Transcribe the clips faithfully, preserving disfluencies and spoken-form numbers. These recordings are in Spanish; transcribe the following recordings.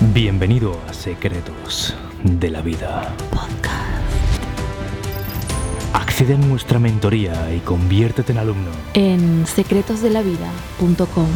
Bienvenido a Secretos de la Vida Podcast. Accede a nuestra mentoría y conviértete en alumno en secretos de la vida punto com.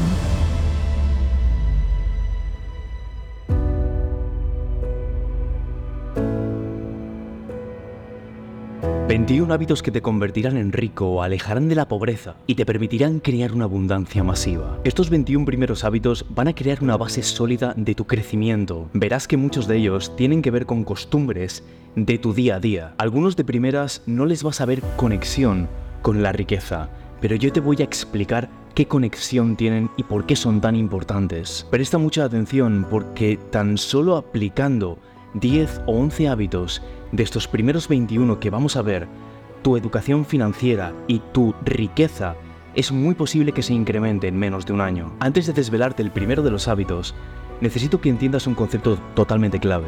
veintiún hábitos que te convertirán en rico o alejarán de la pobreza y te permitirán crear una abundancia masiva. Estos veintiún primeros hábitos van a crear una base sólida de tu crecimiento. Verás que muchos de ellos tienen que ver con costumbres de tu día a día. Algunos de primeras no les vas a ver conexión con la riqueza, pero yo te voy a explicar qué conexión tienen y por qué son tan importantes. Presta mucha atención porque tan solo aplicando diez o once hábitos de estos primeros veintiuno que vamos a ver, tu educación financiera y tu riqueza es muy posible que se incremente en menos de un año. Antes de desvelarte el primero de los hábitos, necesito que entiendas un concepto totalmente clave.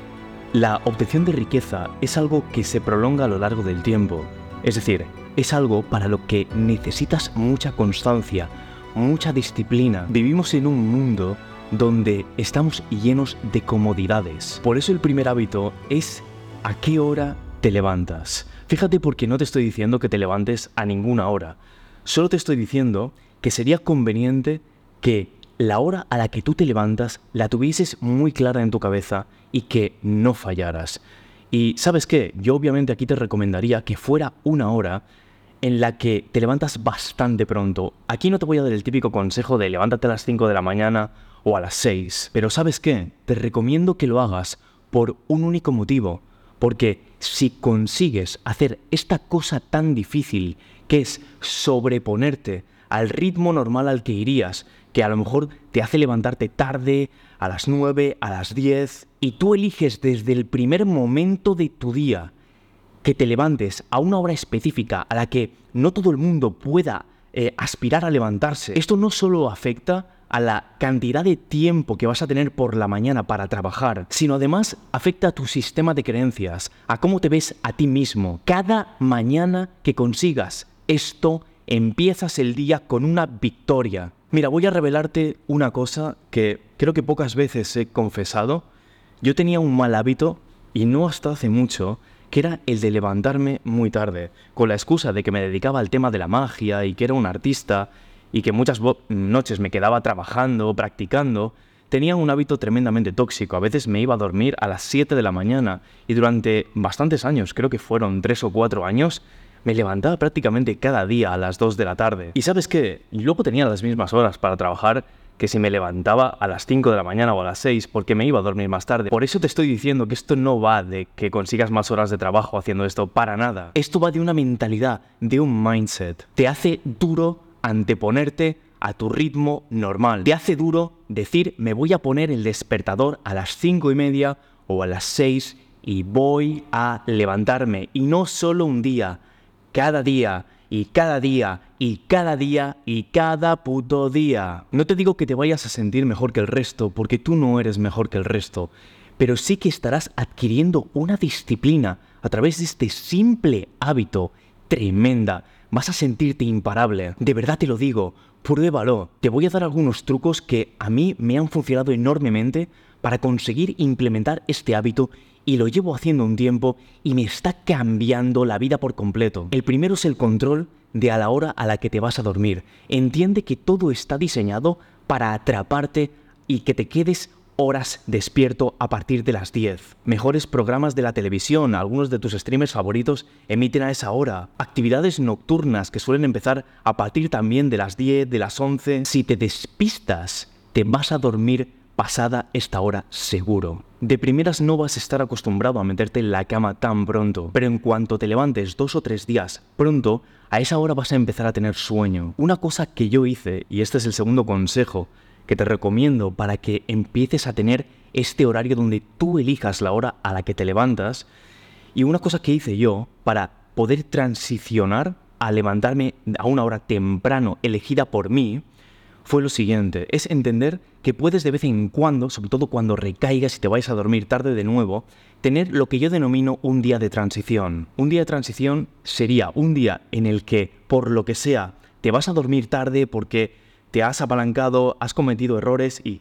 La obtención de riqueza es algo que se prolonga a lo largo del tiempo, es decir, es algo para lo que necesitas mucha constancia, mucha disciplina. Vivimos en un mundo donde estamos llenos de comodidades. Por eso el primer hábito es ¿a qué hora te levantas? Fíjate, porque no te estoy diciendo que te levantes a ninguna hora. Solo te estoy diciendo que sería conveniente que la hora a la que tú te levantas la tuvieses muy clara en tu cabeza y que no fallaras. Y ¿sabes qué? Yo obviamente aquí te recomendaría que fuera una hora en la que te levantas bastante pronto. Aquí no te voy a dar el típico consejo de levántate a las cinco de la mañana o a las seis. Pero ¿sabes qué? Te recomiendo que lo hagas por un único motivo. Porque si consigues hacer esta cosa tan difícil, que es sobreponerte al ritmo normal al que irías, que a lo mejor te hace levantarte tarde, a las nueve, a las diez, y tú eliges desde el primer momento de tu día que te levantes a una hora específica a la que no todo el mundo pueda eh, aspirar a levantarse, esto no solo afecta a la cantidad de tiempo que vas a tener por la mañana para trabajar, sino además afecta a tu sistema de creencias, a cómo te ves a ti mismo. Cada mañana que consigas esto, empiezas el día con una victoria. Mira, voy a revelarte una cosa que creo que pocas veces he confesado. Yo tenía un mal hábito, y no hasta hace mucho, que era el de levantarme muy tarde, con la excusa de que me dedicaba al tema de la magia y que era un artista, y que muchas bo- noches me quedaba trabajando, practicando. Tenía un hábito tremendamente tóxico. A veces me iba a dormir a las siete de la mañana y durante bastantes años, creo que fueron tres o cuatro años, me levantaba prácticamente cada día a las dos de la tarde. ¿Y sabes qué? Luego tenía las mismas horas para trabajar que si me levantaba a las cinco de la mañana o a las seis, porque me iba a dormir más tarde. Por eso te estoy diciendo que esto no va de que consigas más horas de trabajo haciendo esto, para nada. Esto va de una mentalidad, de un mindset. Te hace duro anteponerte a tu ritmo normal. Te hace duro decir, me voy a poner el despertador a las cinco y media o a las seis y voy a levantarme. Y no solo un día, cada día y cada día y cada día y cada puto día. No te digo que te vayas a sentir mejor que el resto, porque tú no eres mejor que el resto, pero sí que estarás adquiriendo una disciplina a través de este simple hábito tremenda. Vas a sentirte imparable. De verdad te lo digo, pruébalo. Te voy a dar algunos trucos que a mí me han funcionado enormemente para conseguir implementar este hábito, y lo llevo haciendo un tiempo y me está cambiando la vida por completo. El primero es el control de a la hora a la que te vas a dormir. Entiende que todo está diseñado para atraparte y que te quedes horas despierto a partir de las diez. Mejores programas de la televisión, algunos de tus streamers favoritos emiten a esa hora. Actividades nocturnas que suelen empezar a partir también de las diez, de las once. Si te despistas, te vas a dormir pasada esta hora seguro. De primeras no vas a estar acostumbrado a meterte en la cama tan pronto, pero en cuanto te levantes dos o tres días pronto, a esa hora vas a empezar a tener sueño. Una cosa que yo hice, y este es el segundo consejo que te recomiendo para que empieces a tener este horario donde tú elijas la hora a la que te levantas, y una cosa que hice yo para poder transicionar a levantarme a una hora temprano elegida por mí, fue lo siguiente: es entender que puedes de vez en cuando, sobre todo cuando recaigas y te vayas a dormir tarde de nuevo, tener lo que yo denomino un día de transición. Un día de transición sería un día en el que, por lo que sea, te vas a dormir tarde porque te has apalancado, has cometido errores y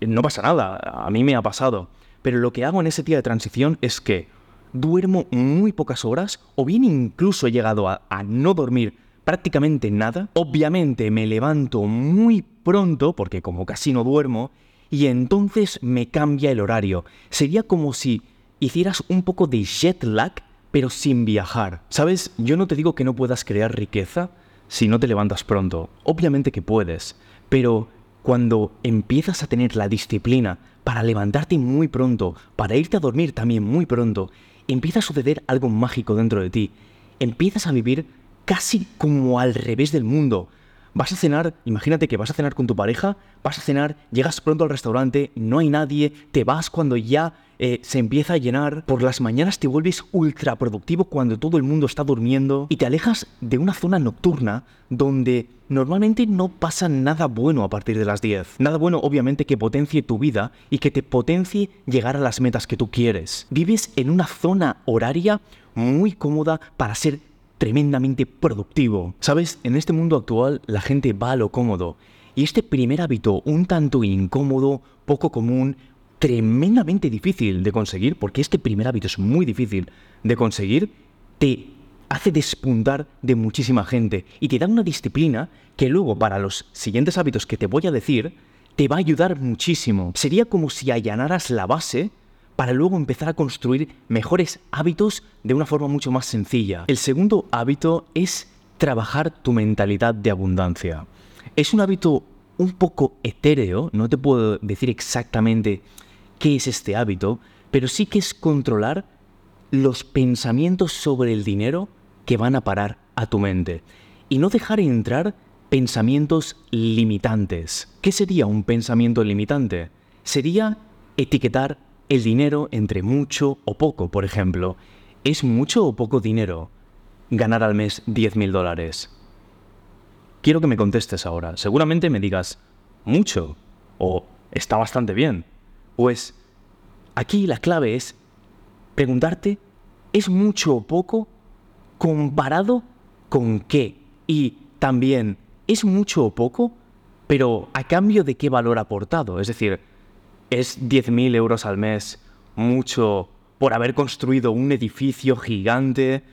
no pasa nada, a mí me ha pasado. Pero lo que hago en ese día de transición es que duermo muy pocas horas, o bien incluso he llegado a, a no dormir prácticamente nada. Obviamente me levanto muy pronto, porque como casi no duermo, y entonces me cambia el horario. Sería como si hicieras un poco de jet lag, pero sin viajar. ¿Sabes? Yo no te digo que no puedas crear riqueza si no te levantas pronto. Obviamente que puedes, pero cuando empiezas a tener la disciplina para levantarte muy pronto, para irte a dormir también muy pronto, empieza a suceder algo mágico dentro de ti. Empiezas a vivir casi como al revés del mundo. Vas a cenar, imagínate que vas a cenar con tu pareja, vas a cenar, llegas pronto al restaurante, no hay nadie, te vas cuando ya eh, se empieza a llenar, por las mañanas te vuelves ultra productivo cuando todo el mundo está durmiendo y te alejas de una zona nocturna donde normalmente no pasa nada bueno a partir de las diez. Nada bueno obviamente que potencie tu vida y que te potencie llegar a las metas que tú quieres. Vives en una zona horaria muy cómoda para ser tremendamente productivo. ¿Sabes? En este mundo actual la gente va a lo cómodo. Y este primer hábito, un tanto incómodo, poco común, tremendamente difícil de conseguir, porque este primer hábito es muy difícil de conseguir, te hace despuntar de muchísima gente y te da una disciplina que luego para los siguientes hábitos que te voy a decir, te va a ayudar muchísimo. Sería como si allanaras la base para luego empezar a construir mejores hábitos de una forma mucho más sencilla. El segundo hábito es trabajar tu mentalidad de abundancia. Es un hábito un poco etéreo, no te puedo decir exactamente qué es este hábito, pero sí que es controlar los pensamientos sobre el dinero que van a parar a tu mente y no dejar entrar pensamientos limitantes. ¿Qué sería un pensamiento limitante? Sería etiquetar el dinero entre mucho o poco, por ejemplo. ¿Es mucho o poco dinero ganar al mes diez mil dólares? Quiero que me contestes ahora. Seguramente me digas, mucho, o está bastante bien. Pues aquí la clave es preguntarte, ¿es mucho o poco comparado con qué? Y también, ¿es mucho o poco, pero a cambio de qué valor aportado? Es decir, ¿es diez mil euros al mes mucho por haber construido un edificio gigante?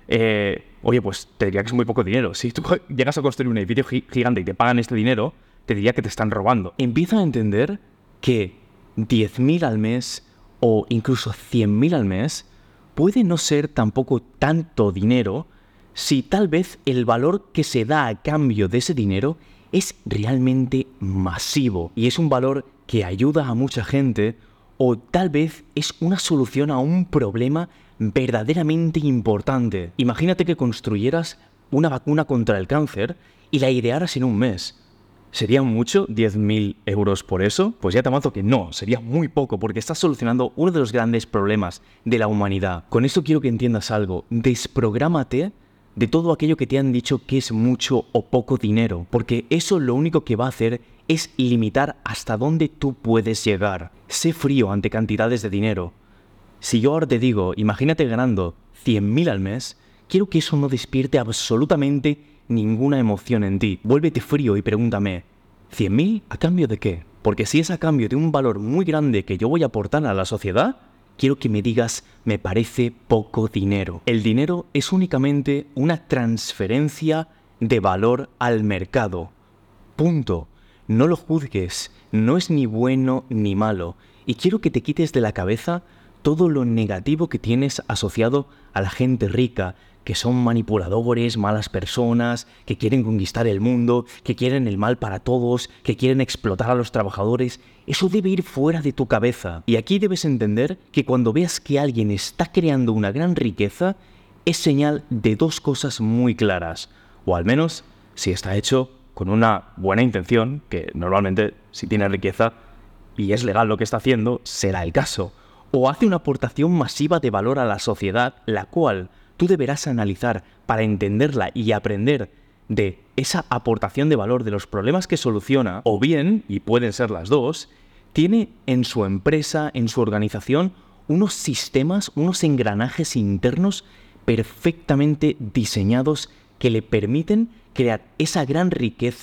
Eh, oye, pues te diría que es muy poco dinero. Si tú llegas a construir un edificio gi- gigante y te pagan este dinero, te diría que te están robando. Empieza a entender que diez mil al mes o incluso cien mil al mes puede no ser tampoco tanto dinero si tal vez el valor que se da a cambio de ese dinero es realmente masivo y es un valor que ayuda a mucha gente o tal vez es una solución a un problema verdaderamente importante. Imagínate que construyeras una vacuna contra el cáncer y la idearas en un mes. ¿Sería mucho diez mil euros por eso? Pues ya te avanzo que no, sería muy poco porque estás solucionando uno de los grandes problemas de la humanidad. Con esto quiero que entiendas algo. Desprográmate de todo aquello que te han dicho que es mucho o poco dinero, porque eso lo único que va a hacer es limitar hasta dónde tú puedes llegar. Sé frío ante cantidades de dinero. Si yo ahora te digo, imagínate ganando cien mil al mes, quiero que eso no despierte absolutamente ninguna emoción en ti. Vuélvete frío y pregúntame, ¿cien mil a cambio de qué? Porque si es a cambio de un valor muy grande que yo voy a aportar a la sociedad, quiero que me digas, me parece poco dinero. El dinero es únicamente una transferencia de valor al mercado. Punto. No lo juzgues, no es ni bueno ni malo. Y quiero que te quites de la cabeza todo lo negativo que tienes asociado a la gente rica, que son manipuladores, malas personas, que quieren conquistar el mundo, que quieren el mal para todos, que quieren explotar a los trabajadores. Eso debe ir fuera de tu cabeza. Y aquí debes entender que cuando veas que alguien está creando una gran riqueza, es señal de dos cosas muy claras. O al menos, si está hecho con una buena intención, que normalmente si tiene riqueza y es legal lo que está haciendo, será el caso. O hace una aportación masiva de valor a la sociedad, la cual tú deberás analizar para entenderla y aprender de esa aportación de valor de los problemas que soluciona, o bien, y pueden ser las dos, tiene en su empresa, en su organización, unos sistemas, unos engranajes internos perfectamente diseñados que le permiten crear esa gran riqueza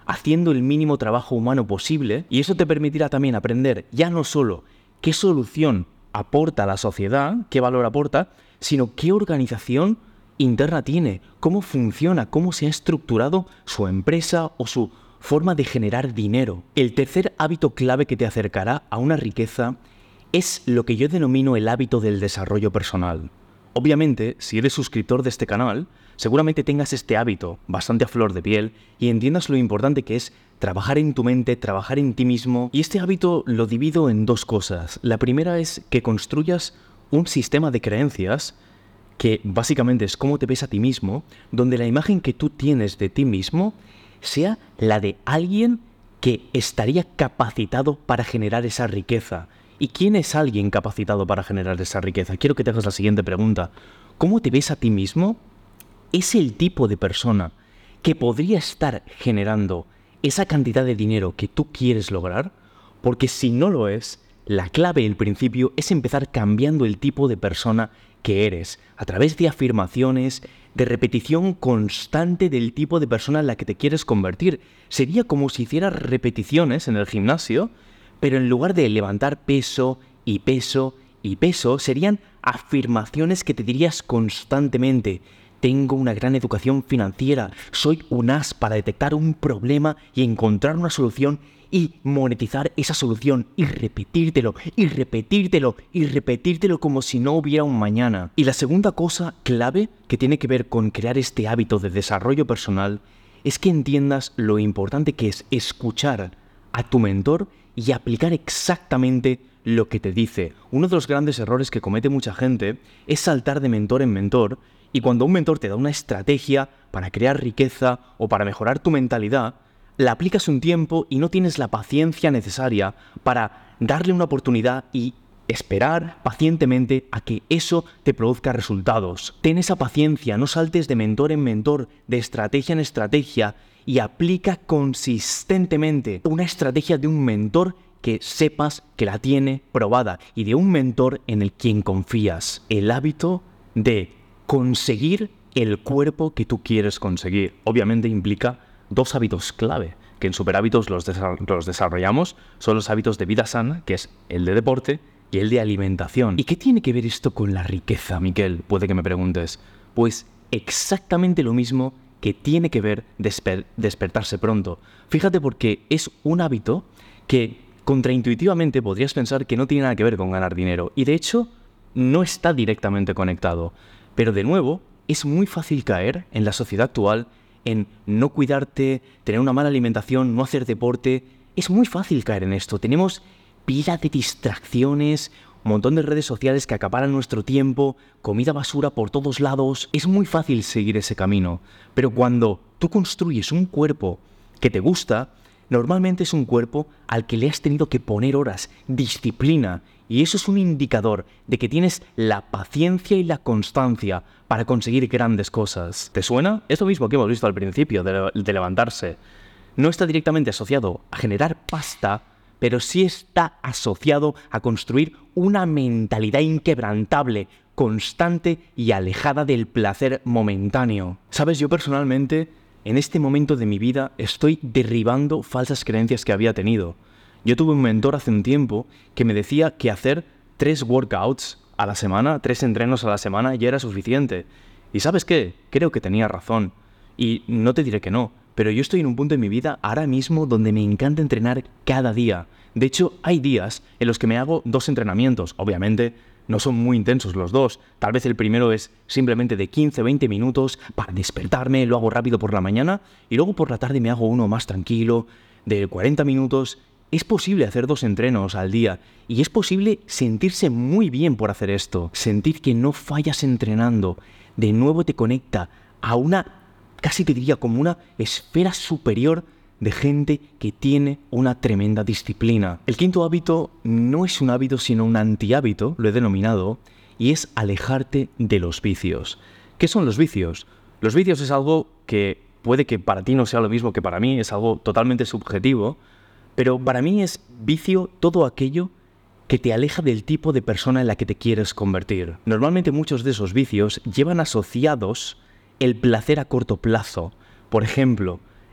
haciendo el mínimo trabajo humano posible, y eso te permitirá también aprender ya no solo qué solución aporta a la sociedad, qué valor aporta, sino qué organización interna tiene, cómo funciona, cómo se ha estructurado su empresa o su forma de generar dinero. El tercer hábito clave que te acercará a una riqueza es lo que yo denomino el hábito del desarrollo personal. Obviamente, si eres suscriptor de este canal, seguramente tengas este hábito bastante a flor de piel y entiendas lo importante que es trabajar en tu mente, trabajar en ti mismo. Y este hábito lo divido en dos cosas. La primera es que construyas un sistema de creencias que básicamente es cómo te ves a ti mismo, donde la imagen que tú tienes de ti mismo sea la de alguien que estaría capacitado para generar esa riqueza. ¿Y quién es alguien capacitado para generar esa riqueza? Quiero que te hagas la siguiente pregunta. ¿Cómo te ves a ti mismo? ¿Es el tipo de persona que podría estar generando esa cantidad de dinero que tú quieres lograr? Porque si no lo es, la clave, el principio, es empezar cambiando el tipo de persona que eres, a través de afirmaciones, de repetición constante del tipo de persona en la que te quieres convertir. Sería como si hicieras repeticiones en el gimnasio, pero en lugar de levantar peso y peso y peso, serían afirmaciones que te dirías constantemente. Tengo una gran educación financiera, soy un as para detectar un problema y encontrar una solución y monetizar esa solución y repetírtelo, y repetírtelo, y repetírtelo como si no hubiera un mañana. Y la segunda cosa clave que tiene que ver con crear este hábito de desarrollo personal es que entiendas lo importante que es escuchar a tu mentor y aplicar exactamente lo que te dice. Uno de los grandes errores que comete mucha gente es saltar de mentor en mentor, y cuando un mentor te da una estrategia para crear riqueza o para mejorar tu mentalidad, la aplicas un tiempo y no tienes la paciencia necesaria para darle una oportunidad y esperar pacientemente a que eso te produzca resultados. Ten esa paciencia, no saltes de mentor en mentor, de estrategia en estrategia, y aplica consistentemente una estrategia de un mentor que sepas que la tiene probada y de un mentor en el quien confías. El hábito de conseguir el cuerpo que tú quieres conseguir. Obviamente implica dos hábitos clave, que en Superhábitos los, desa- los desarrollamos, son los hábitos de vida sana, que es el de deporte y el de alimentación. ¿Y qué tiene que ver esto con la riqueza, Miquel? Puede que me preguntes. Pues exactamente lo mismo que tiene que ver desper- despertarse pronto. Fíjate, porque es un hábito que contraintuitivamente podrías pensar que no tiene nada que ver con ganar dinero, y de hecho no está directamente conectado. Pero de nuevo, es muy fácil caer en la sociedad actual en no cuidarte, tener una mala alimentación, no hacer deporte. Es muy fácil caer en esto. Tenemos pila de distracciones, un montón de redes sociales que acaparan nuestro tiempo, comida basura por todos lados. Es muy fácil seguir ese camino. Pero cuando tú construyes un cuerpo que te gusta, normalmente es un cuerpo al que le has tenido que poner horas, disciplina, y eso es un indicador de que tienes la paciencia y la constancia para conseguir grandes cosas. ¿Te suena? Es lo mismo que hemos visto al principio de, de levantarse. No está directamente asociado a generar pasta, pero sí está asociado a construir una mentalidad inquebrantable, constante y alejada del placer momentáneo. Sabes, yo personalmente, en este momento de mi vida, estoy derribando falsas creencias que había tenido. Yo tuve un mentor hace un tiempo que me decía que hacer tres workouts a la semana, tres entrenos a la semana ya era suficiente. ¿Y sabes qué? Creo que tenía razón. Y no te diré que no, pero yo estoy en un punto en mi vida ahora mismo donde me encanta entrenar cada día. De hecho, hay días en los que me hago dos entrenamientos. Obviamente, no son muy intensos los dos. Tal vez el primero es simplemente de quince a veinte minutos para despertarme, lo hago rápido por la mañana, y luego por la tarde me hago uno más tranquilo, de cuarenta minutos. Es posible hacer dos entrenos al día, y es posible sentirse muy bien por hacer esto. Sentir que no fallas entrenando, de nuevo te conecta a una, casi te diría como una esfera superior de gente que tiene una tremenda disciplina. El quinto hábito no es un hábito sino un antihábito, lo he denominado, y es alejarte de los vicios. ¿Qué son los vicios? Los vicios es algo que puede que para ti no sea lo mismo que para mí, es algo totalmente subjetivo, pero para mí es vicio todo aquello que te aleja del tipo de persona en la que te quieres convertir. Normalmente muchos de esos vicios llevan asociados el placer a corto plazo. Por ejemplo,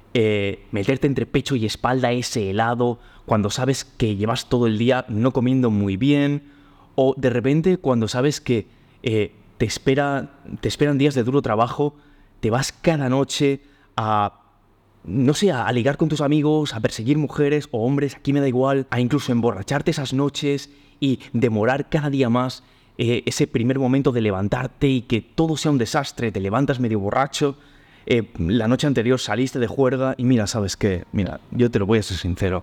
eh, meterte entre pecho y espalda ese helado cuando sabes que llevas todo el día no comiendo muy bien, o de repente cuando sabes que eh, te, espera, te esperan días de duro trabajo, te vas cada noche a, no sé, a ligar con tus amigos, a perseguir mujeres o hombres, aquí me da igual, a incluso emborracharte esas noches y demorar cada día más eh, ese primer momento de levantarte y que todo sea un desastre, te levantas medio borracho, eh, la noche anterior saliste de juerga y mira, ¿sabes qué? Mira, yo te lo voy a ser sincero.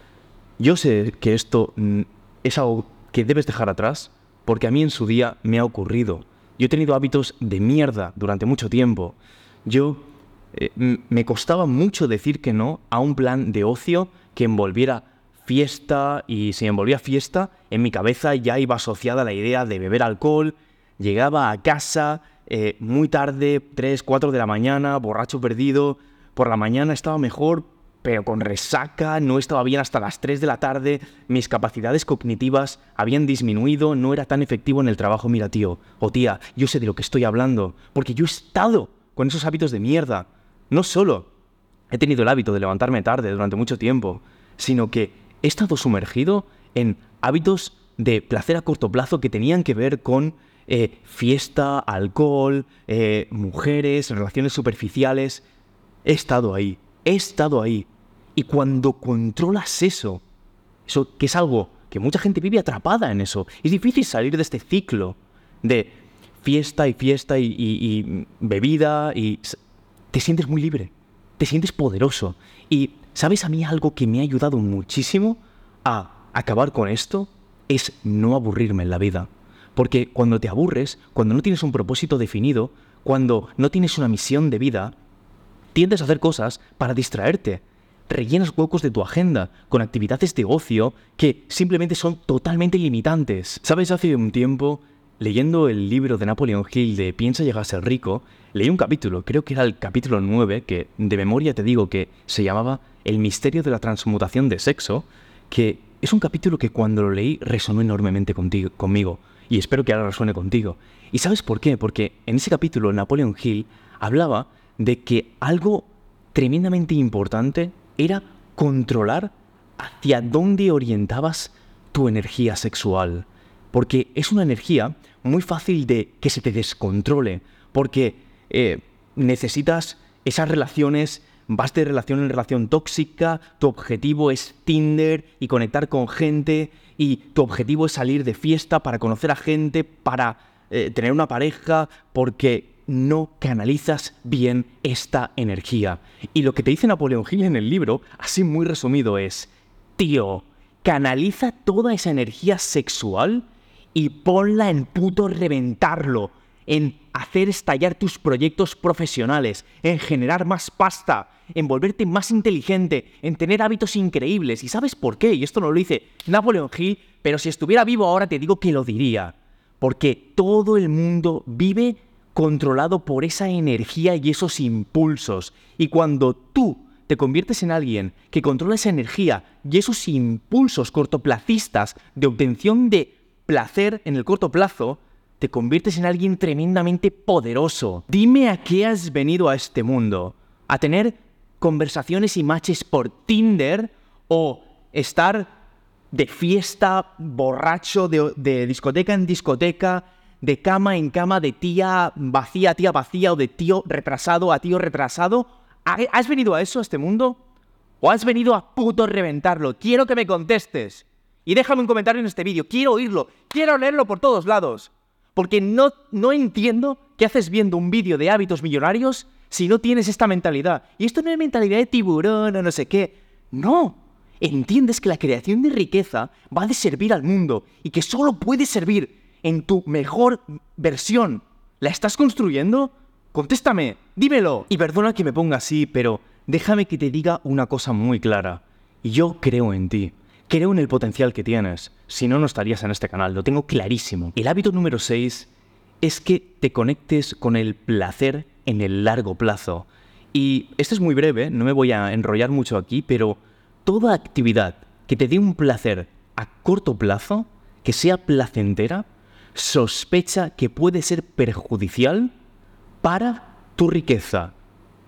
Yo sé que esto mm, es algo que debes dejar atrás porque a mí en su día me ha ocurrido. Yo he tenido hábitos de mierda durante mucho tiempo. Yo eh, m- me costaba mucho decir que no a un plan de ocio que envolviera fiesta, y si envolvía fiesta, en mi cabeza ya iba asociada la idea de beber alcohol. Llegaba a casa eh, muy tarde, tres, cuatro de la mañana, borracho perdido. Por la mañana estaba mejor, pero con resaca, no estaba bien hasta las tres de la tarde, mis capacidades cognitivas habían disminuido, no era tan efectivo en el trabajo. Mira, tío, o tía, yo sé de lo que estoy hablando, porque yo he estado con esos hábitos de mierda. No solo he tenido el hábito de levantarme tarde durante mucho tiempo, sino que he estado sumergido en hábitos de placer a corto plazo que tenían que ver con eh, fiesta, alcohol, eh, mujeres, relaciones superficiales. He estado ahí, he estado ahí. Y cuando controlas eso, eso que es algo que mucha gente vive atrapada en eso, es difícil salir de este ciclo de fiesta y fiesta y, y, y bebida, y te sientes muy libre, te sientes poderoso. Y, ¿sabes a mí algo que me ha ayudado muchísimo a acabar con esto? Es no aburrirme en la vida. Porque cuando te aburres, cuando no tienes un propósito definido, cuando no tienes una misión de vida, tiendes a hacer cosas para distraerte. Rellenas huecos de tu agenda con actividades de ocio que simplemente son totalmente limitantes. ¿Sabes? Hace un tiempo, leyendo el libro de Napoleon Hill de Piensa llegar a ser rico, leí un capítulo, creo que era el capítulo nueve, que de memoria te digo que se llamaba El misterio de la transmutación de sexo, que es un capítulo que cuando lo leí resonó enormemente contigo, conmigo, y espero que ahora resuene contigo. ¿Y sabes por qué? Porque en ese capítulo Napoleon Hill hablaba de que algo tremendamente importante era controlar hacia dónde orientabas tu energía sexual. Porque es una energía muy fácil de que se te descontrole, porque eh, necesitas esas relaciones, vas de relación en relación tóxica, tu objetivo es Tinder y conectar con gente, y tu objetivo es salir de fiesta para conocer a gente, para eh, tener una pareja, porque no canalizas bien esta energía. Y lo que te dice Napoleon Hill en el libro, así muy resumido, es: tío, canaliza toda esa energía sexual y ponla en puto reventarlo, en hacer estallar tus proyectos profesionales, en generar más pasta, en volverte más inteligente, en tener hábitos increíbles. ¿Y sabes por qué? Y esto no lo dice Napoleon Hill, pero si estuviera vivo ahora te digo que lo diría. Porque todo el mundo vive controlado por esa energía y esos impulsos. Y cuando tú te conviertes en alguien que controla esa energía y esos impulsos cortoplacistas de obtención de placer en el corto plazo, te conviertes en alguien tremendamente poderoso. Dime a qué has venido a este mundo. ¿A tener conversaciones y matches por Tinder o estar de fiesta, borracho, de, de discoteca en discoteca, de cama en cama, de tía vacía a tía vacía o de tío retrasado a tío retrasado? ¿Has venido a eso, a este mundo? ¿O has venido a puto reventarlo? Quiero que me contestes. Y déjame un comentario en este vídeo. Quiero oírlo. Quiero leerlo por todos lados. Porque no, no entiendo qué haces viendo un vídeo de hábitos millonarios si no tienes esta mentalidad. Y esto no es mentalidad de tiburón o no sé qué. No. Entiendes que la creación de riqueza va de servir al mundo y que solo puede servir en tu mejor versión. ¿La estás construyendo? Contéstame, dímelo. Y perdona que me ponga así, pero déjame que te diga una cosa muy clara. Yo creo en ti. Creo en el potencial que tienes. Si no, no estarías en este canal. Lo tengo clarísimo. El hábito número seis es que te conectes con el placer en el largo plazo. Y esto es muy breve, no me voy a enrollar mucho aquí, pero toda actividad que te dé un placer a corto plazo, que sea placentera, sospecha que puede ser perjudicial para tu riqueza.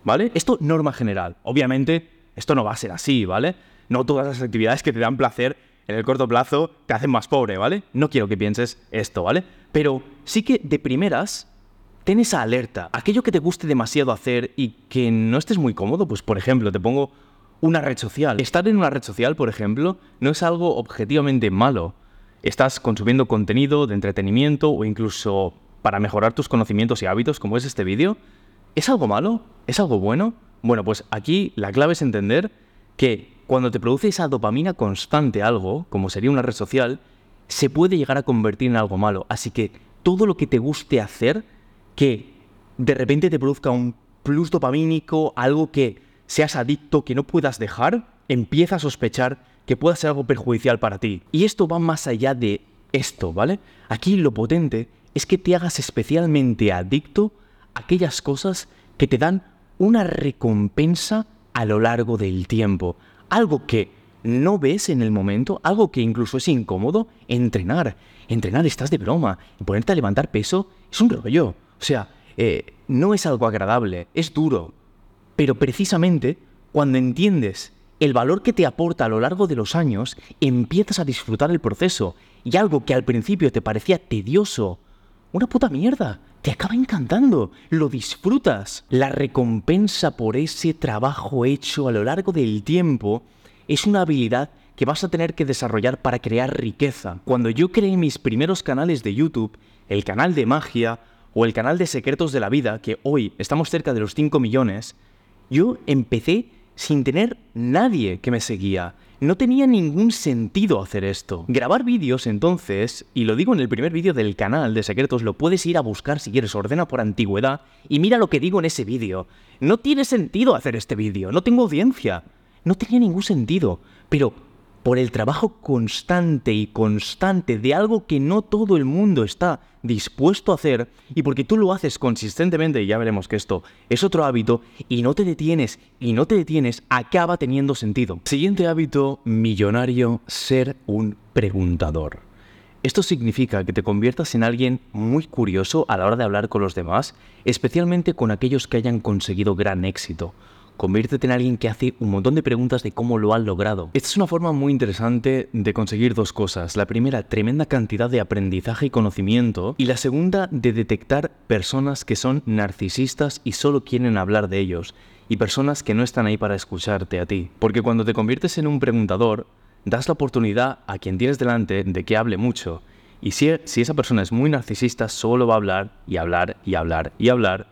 ¿vale? Esto norma general. Obviamente, esto no va a ser así, ¿vale? No todas las actividades que te dan placer en el corto plazo te hacen más pobre, ¿vale? No quiero que pienses esto, ¿vale? Pero sí que de primeras, ten esa alerta. Aquello que te guste demasiado hacer y que no estés muy cómodo, pues por ejemplo, te pongo una red social. Estar en una red social, por ejemplo, no es algo objetivamente malo. Estás consumiendo contenido de entretenimiento o incluso para mejorar tus conocimientos y hábitos, como es este vídeo. ¿Es algo malo? ¿Es algo bueno? Bueno, pues aquí la clave es entender que cuando te produce esa dopamina constante algo, como sería una red social, se puede llegar a convertir en algo malo. Así que todo lo que te guste hacer, que de repente te produzca un plus dopamínico, algo que seas adicto, que no puedas dejar, empieza a sospechar que pueda ser algo perjudicial para ti. Y esto va más allá de esto, ¿vale? Aquí lo potente es que te hagas especialmente adicto a aquellas cosas que te dan una recompensa a lo largo del tiempo. Algo que no ves en el momento, algo que incluso es incómodo, entrenar. Entrenar, estás de broma. Y ponerte a levantar peso es un rollo. O sea, eh, no es algo agradable, es duro. Pero precisamente cuando entiendes el valor que te aporta a lo largo de los años, empiezas a disfrutar el proceso. Y algo que al principio te parecía tedioso, una puta mierda, te acaba encantando, lo disfrutas. La recompensa por ese trabajo hecho a lo largo del tiempo es una habilidad que vas a tener que desarrollar para crear riqueza. Cuando yo creé mis primeros canales de YouTube, el canal de magia o el canal de secretos de la vida, que hoy estamos cerca de los cinco millones, yo empecé sin tener nadie que me seguía. No tenía ningún sentido hacer esto. Grabar vídeos, entonces, y lo digo en el primer vídeo del canal de secretos, lo puedes ir a buscar si quieres, ordena por antigüedad, y mira lo que digo en ese vídeo. No tiene sentido hacer este vídeo, no tengo audiencia. No tenía ningún sentido, pero por el trabajo constante y constante de algo que no todo el mundo está dispuesto a hacer, y porque tú lo haces consistentemente, y ya veremos que esto es otro hábito, y no te detienes, y no te detienes, acaba teniendo sentido. Siguiente hábito millonario, ser un preguntador. Esto significa que te conviertas en alguien muy curioso a la hora de hablar con los demás, especialmente con aquellos que hayan conseguido gran éxito. Conviértete en alguien que hace un montón de preguntas de cómo lo han logrado. Esta es una forma muy interesante de conseguir dos cosas. La primera, tremenda cantidad de aprendizaje y conocimiento. Y la segunda, de detectar personas que son narcisistas y solo quieren hablar de ellos. Y personas que no están ahí para escucharte a ti. Porque cuando te conviertes en un preguntador, das la oportunidad a quien tienes delante de que hable mucho. Y si, si esa persona es muy narcisista, solo va a hablar y hablar y hablar y hablar.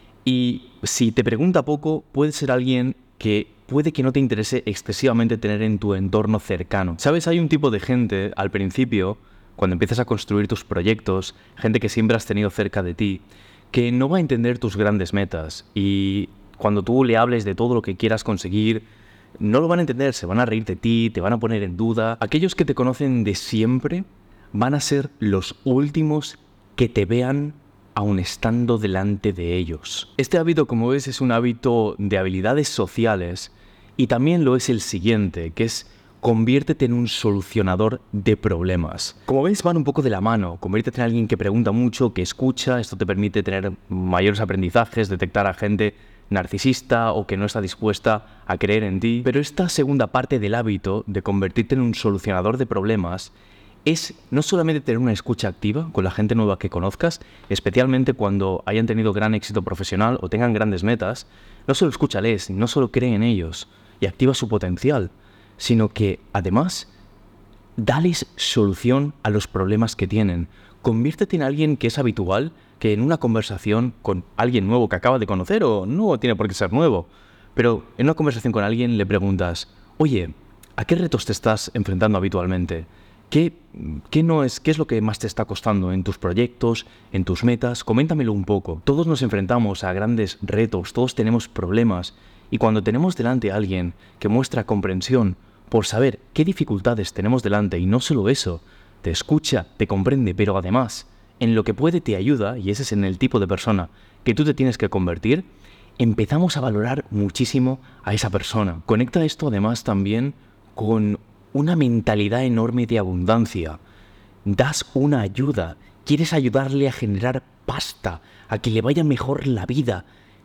Y si te pregunta poco, puede ser alguien que puede que no te interese excesivamente tener en tu entorno cercano. ¿Sabes? Hay un tipo de gente al principio, cuando empiezas a construir tus proyectos, gente que siempre has tenido cerca de ti, que no va a entender tus grandes metas. Y cuando tú le hables de todo lo que quieras conseguir, no lo van a entender, se van a reír de ti, te van a poner en duda. Aquellos que te conocen de siempre van a ser los últimos que te vean aun estando delante de ellos. Este hábito, como ves, es un hábito de habilidades sociales y también lo es el siguiente, que es conviértete en un solucionador de problemas. Como ves, van un poco de la mano. Conviértete en alguien que pregunta mucho, que escucha. Esto te permite tener mayores aprendizajes, detectar a gente narcisista o que no está dispuesta a creer en ti. Pero esta segunda parte del hábito de convertirte en un solucionador de problemas es no solamente tener una escucha activa con la gente nueva que conozcas, especialmente cuando hayan tenido gran éxito profesional o tengan grandes metas. No solo escúchales, no solo cree en ellos y activa su potencial, sino que además dales solución a los problemas que tienen. Conviértete en alguien que es habitual, que en una conversación con alguien nuevo que acaba de conocer, o no tiene por qué ser nuevo, pero en una conversación con alguien le preguntas: oye, ¿a qué retos te estás enfrentando habitualmente? ¿Qué, qué, no es, ¿Qué es lo que más te está costando en tus proyectos, en tus metas? Coméntamelo un poco. Todos nos enfrentamos a grandes retos, todos tenemos problemas, y cuando tenemos delante a alguien que muestra comprensión por saber qué dificultades tenemos delante, y no solo eso, te escucha, te comprende, pero además en lo que puede te ayuda, y ese es en el tipo de persona que tú te tienes que convertir, empezamos a valorar muchísimo a esa persona. Conecta esto además también con una mentalidad enorme de abundancia. Das una ayuda, quieres ayudarle a generar pasta, a que le vaya mejor la vida.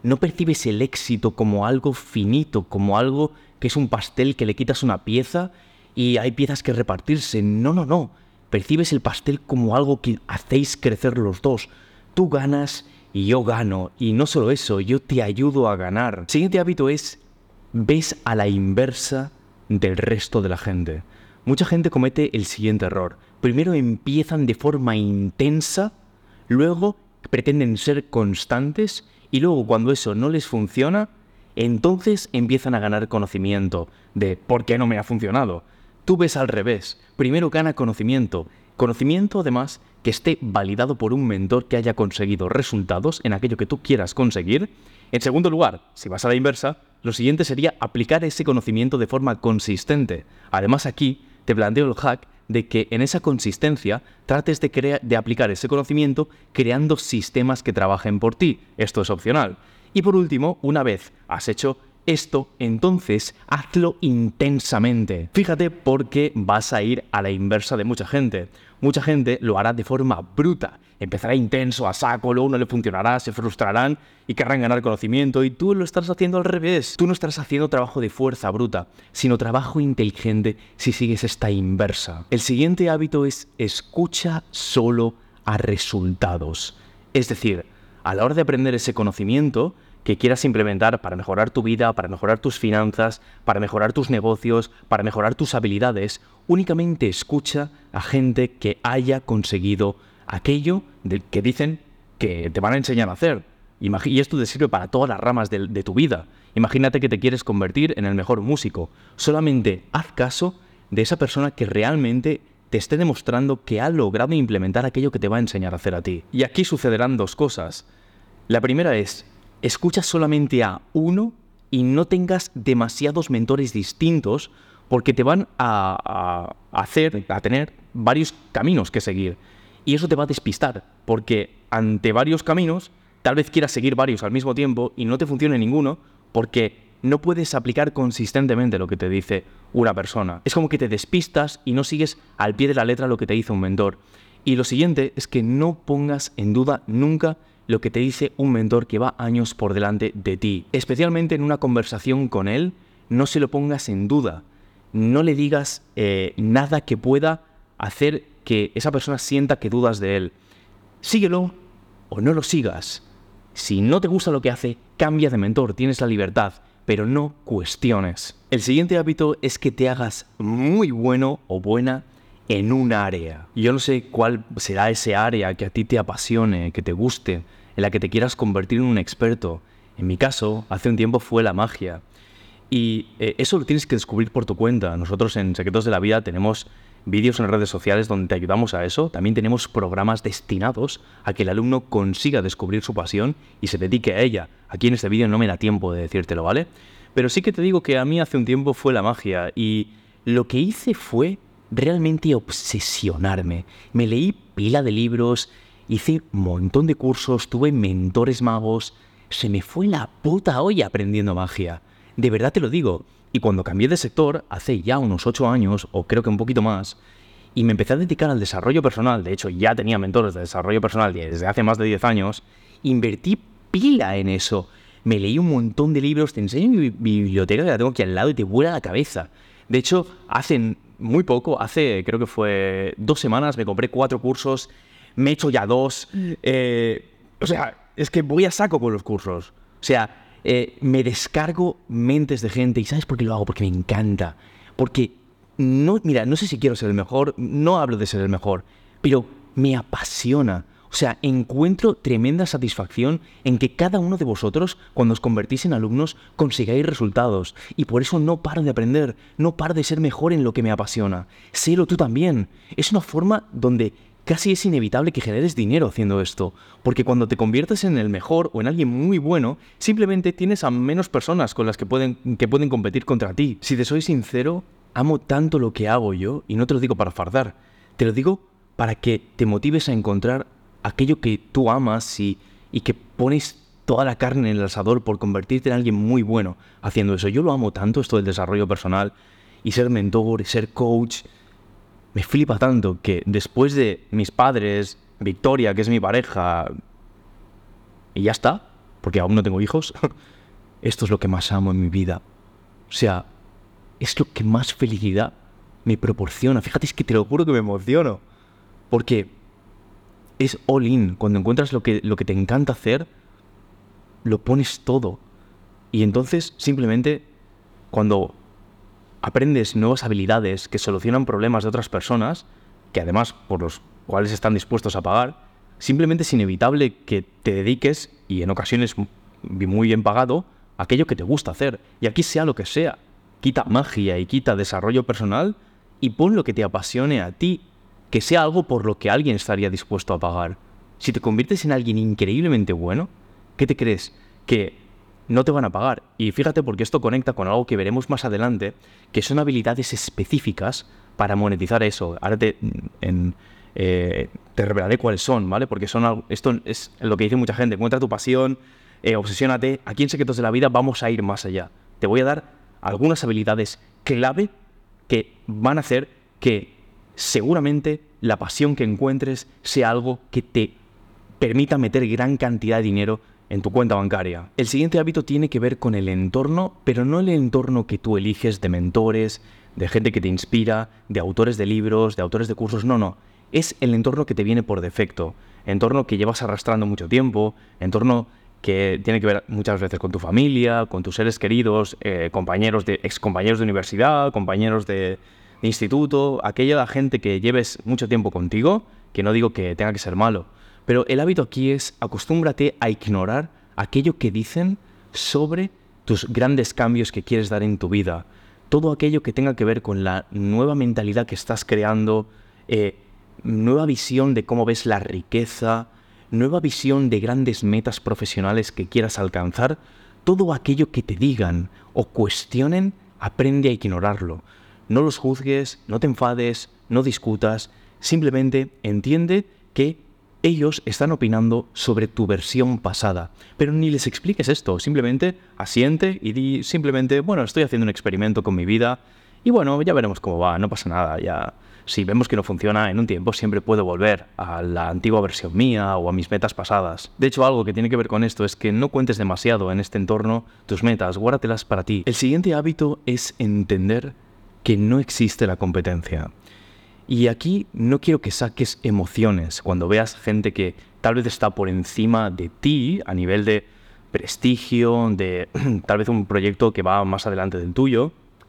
no percibes el éxito como algo finito, como algo que es un pastel que le quitas una pieza y hay piezas que repartirse. No, no, no. Percibes el pastel como algo que hacéis crecer los dos. Tú ganas y yo gano. Y no solo eso, yo te ayudo a ganar. El siguiente hábito es, ves a la inversa del resto de la gente. Mucha gente comete el siguiente error. Primero empiezan de forma intensa, luego pretenden ser constantes y luego cuando eso no les funciona, entonces empiezan a ganar conocimiento de ¿por qué no me ha funcionado? Tú ves al revés. Primero gana conocimiento. Conocimiento, además, que esté validado por un mentor que haya conseguido resultados en aquello que tú quieras conseguir. En segundo lugar, si vas a la inversa, lo siguiente sería aplicar ese conocimiento de forma consistente. Además, aquí te planteo el hack de que en esa consistencia trates de, crea- de aplicar ese conocimiento creando sistemas que trabajen por ti. Esto es opcional. Y por último, una vez has hecho esto, entonces hazlo intensamente. Fíjate porque vas a ir a la inversa de mucha gente. Mucha gente lo hará de forma bruta. Empezará intenso, a saco, luego no le funcionará, se frustrarán y querrán ganar conocimiento. Y tú lo estás haciendo al revés. Tú no estás haciendo trabajo de fuerza bruta, sino trabajo inteligente si sigues esta inversa. El siguiente hábito es escucha solo a resultados. Es decir, a la hora de aprender ese conocimiento que quieras implementar para mejorar tu vida, para mejorar tus finanzas, para mejorar tus negocios, para mejorar tus habilidades, únicamente escucha a gente que haya conseguido aquello del que dicen que te van a enseñar a hacer. Imag- y esto te sirve para todas las ramas de, de tu vida. Imagínate que te quieres convertir en el mejor músico. Solamente haz caso de esa persona que realmente te esté demostrando que ha logrado implementar aquello que te va a enseñar a hacer a ti. Y aquí sucederán dos cosas. La primera es, escucha solamente a uno y no tengas demasiados mentores distintos porque te van a, a hacer, a tener varios caminos que seguir. Y eso te va a despistar, porque ante varios caminos, tal vez quieras seguir varios al mismo tiempo y no te funcione ninguno porque no puedes aplicar consistentemente lo que te dice una persona. Es como que te despistas y no sigues al pie de la letra lo que te dice un mentor. Y lo siguiente es que no pongas en duda nunca lo que te dice un mentor que va años por delante de ti. Especialmente en una conversación con él, no se lo pongas en duda. No le digas eh, nada que pueda hacer que esa persona sienta que dudas de él. Síguelo o no lo sigas. Si no te gusta lo que hace, cambia de mentor, tienes la libertad, pero no cuestiones. El siguiente hábito es que te hagas muy bueno o buena en un área. Yo no sé cuál será ese área que a ti te apasione, que te guste, en la que te quieras convertir en un experto. En mi caso, hace un tiempo fue la magia. Y eh, eso lo tienes que descubrir por tu cuenta. Nosotros en Secretos de la Vida tenemos vídeos en redes sociales donde te ayudamos a eso. También tenemos programas destinados a que el alumno consiga descubrir su pasión y se dedique a ella. Aquí en este vídeo no me da tiempo de decírtelo, ¿vale? Pero sí que te digo que a mí hace un tiempo fue la magia y lo que hice fue realmente obsesionarme. Me leí pila de libros, hice un montón de cursos, tuve mentores magos. Se me fue la puta olla aprendiendo magia. De verdad te lo digo. Y cuando cambié de sector, hace ya unos ocho años, o creo que un poquito más, y me empecé a dedicar al desarrollo personal, de hecho ya tenía mentores de desarrollo personal desde hace más de diez años, invertí pila en eso. Me leí un montón de libros, te enseño mi biblioteca que la tengo aquí al lado y te vuela la cabeza. De hecho, hace muy poco, hace creo que fue dos semanas, me compré cuatro cursos, me he hecho ya dos. Eh, o sea, es que voy a saco con los cursos. O sea, eh, me descargo mentes de gente. ¿Y sabes por qué lo hago? Porque me encanta. Porque, no, mira, no sé si quiero ser el mejor, no hablo de ser el mejor, pero me apasiona. O sea, encuentro tremenda satisfacción en que cada uno de vosotros, cuando os convertís en alumnos, consigáis resultados. Y por eso no paro de aprender, no paro de ser mejor en lo que me apasiona. Sélo tú también. Es una forma donde casi es inevitable que generes dinero haciendo esto. Porque cuando te conviertes en el mejor o en alguien muy bueno, simplemente tienes a menos personas con las que pueden, que pueden competir contra ti. Si te soy sincero, amo tanto lo que hago yo, y no te lo digo para fardar, te lo digo para que te motives a encontrar aquello que tú amas y, y que pones toda la carne en el asador por convertirte en alguien muy bueno haciendo eso. Yo lo amo tanto, esto del desarrollo personal y ser mentor y ser coach. Me flipa tanto que después de mis padres, Victoria, que es mi pareja, y ya está, porque aún no tengo hijos, esto es lo que más amo en mi vida. O sea, es lo que más felicidad me proporciona. Fíjate, es que te lo juro que me emociono. Porque es all in. Cuando encuentras lo que, lo que te encanta hacer, lo pones todo. Y entonces, simplemente, cuando aprendes nuevas habilidades que solucionan problemas de otras personas, que además por los cuales están dispuestos a pagar, simplemente es inevitable que te dediques, y en ocasiones muy bien pagado, a aquello que te gusta hacer. Y aquí sea lo que sea. Quita magia y quita desarrollo personal y pon lo que te apasione a ti, que sea algo por lo que alguien estaría dispuesto a pagar. Si te conviertes en alguien increíblemente bueno, ¿qué te crees? Que no te van a pagar. Y fíjate, porque esto conecta con algo que veremos más adelante, que son habilidades específicas para monetizar eso. Ahora te, en, eh, te revelaré cuáles son, ¿vale? Porque son algo, esto es lo que dice mucha gente. Encuentra tu pasión, eh, obsesiónate. Aquí en Secretos de la Vida vamos a ir más allá. Te voy a dar algunas habilidades clave que van a hacer que seguramente la pasión que encuentres sea algo que te permita meter gran cantidad de dinero en tu cuenta bancaria. El siguiente hábito tiene que ver con el entorno, pero no el entorno que tú eliges de mentores, de gente que te inspira, de autores de libros, de autores de cursos, no, no. Es el entorno que te viene por defecto, entorno que llevas arrastrando mucho tiempo, entorno que tiene que ver muchas veces con tu familia, con tus seres queridos, eh, compañeros de, excompañeros de universidad, compañeros de, de instituto, aquella gente que lleves mucho tiempo contigo, que no digo que tenga que ser malo, pero el hábito aquí es acostúmbrate a ignorar aquello que dicen sobre tus grandes cambios que quieres dar en tu vida. Todo aquello que tenga que ver con la nueva mentalidad que estás creando, eh, nueva visión de cómo ves la riqueza, nueva visión de grandes metas profesionales que quieras alcanzar, todo aquello que te digan o cuestionen, aprende a ignorarlo. No los juzgues, no te enfades, no discutas, simplemente entiende que ellos están opinando sobre tu versión pasada, pero ni les expliques esto, simplemente asiente y di simplemente, bueno, estoy haciendo un experimento con mi vida y bueno, ya veremos cómo va, no pasa nada, ya. Si vemos que no funciona en un tiempo, siempre puedo volver a la antigua versión mía o a mis metas pasadas. De hecho, algo que tiene que ver con esto es que no cuentes demasiado en este entorno tus metas, guárdatelas para ti. El siguiente hábito es entender que no existe la competencia. Y aquí no quiero que saques emociones cuando veas gente que tal vez está por encima de ti a nivel de prestigio, de tal vez un proyecto que va más adelante del tuyo.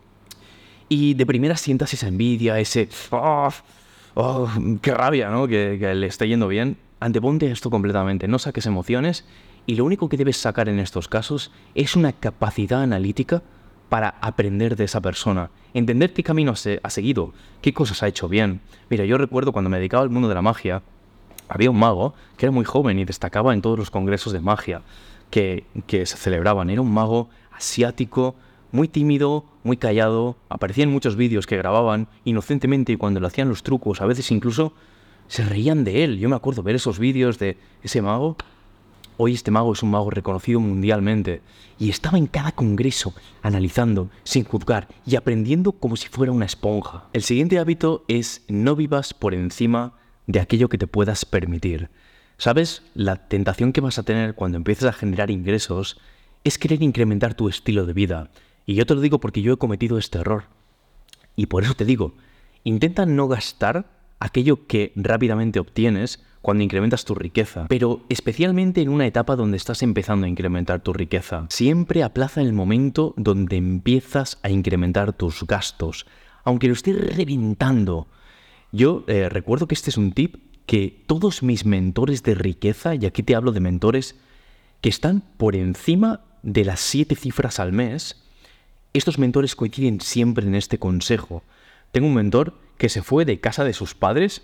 Y de primera sientas esa envidia, ese oh, oh, qué rabia, ¿no? Que, que le esté yendo bien. Anteponte esto completamente, no saques emociones y lo único que debes sacar en estos casos es una capacidad analítica para aprender de esa persona, entender qué camino ha seguido, qué cosas ha hecho bien. Mira, yo recuerdo cuando me dedicaba al mundo de la magia, había un mago que era muy joven y destacaba en todos los congresos de magia que, que se celebraban. Era un mago asiático, muy tímido, muy callado, aparecía en muchos vídeos que grababan inocentemente y cuando le hacían los trucos, a veces incluso se reían de él. Yo me acuerdo ver esos vídeos de ese mago. Hoy este mago es un mago reconocido mundialmente y estaba en cada congreso analizando, sin juzgar y aprendiendo como si fuera una esponja. El siguiente hábito es no vivas por encima de aquello que te puedas permitir. ¿Sabes? La tentación que vas a tener cuando empieces a generar ingresos es querer incrementar tu estilo de vida. Y yo te lo digo porque yo he cometido este error. Y por eso te digo, intenta no gastar aquello que rápidamente obtienes cuando incrementas tu riqueza, pero especialmente en una etapa donde estás empezando a incrementar tu riqueza. Siempre aplaza el momento donde empiezas a incrementar tus gastos, aunque lo estés reventando. Yo eh, recuerdo que este es un tip que todos mis mentores de riqueza, y aquí te hablo de mentores que están por encima de las siete cifras al mes, estos mentores coinciden siempre en este consejo. Tengo un mentor que se fue de casa de sus padres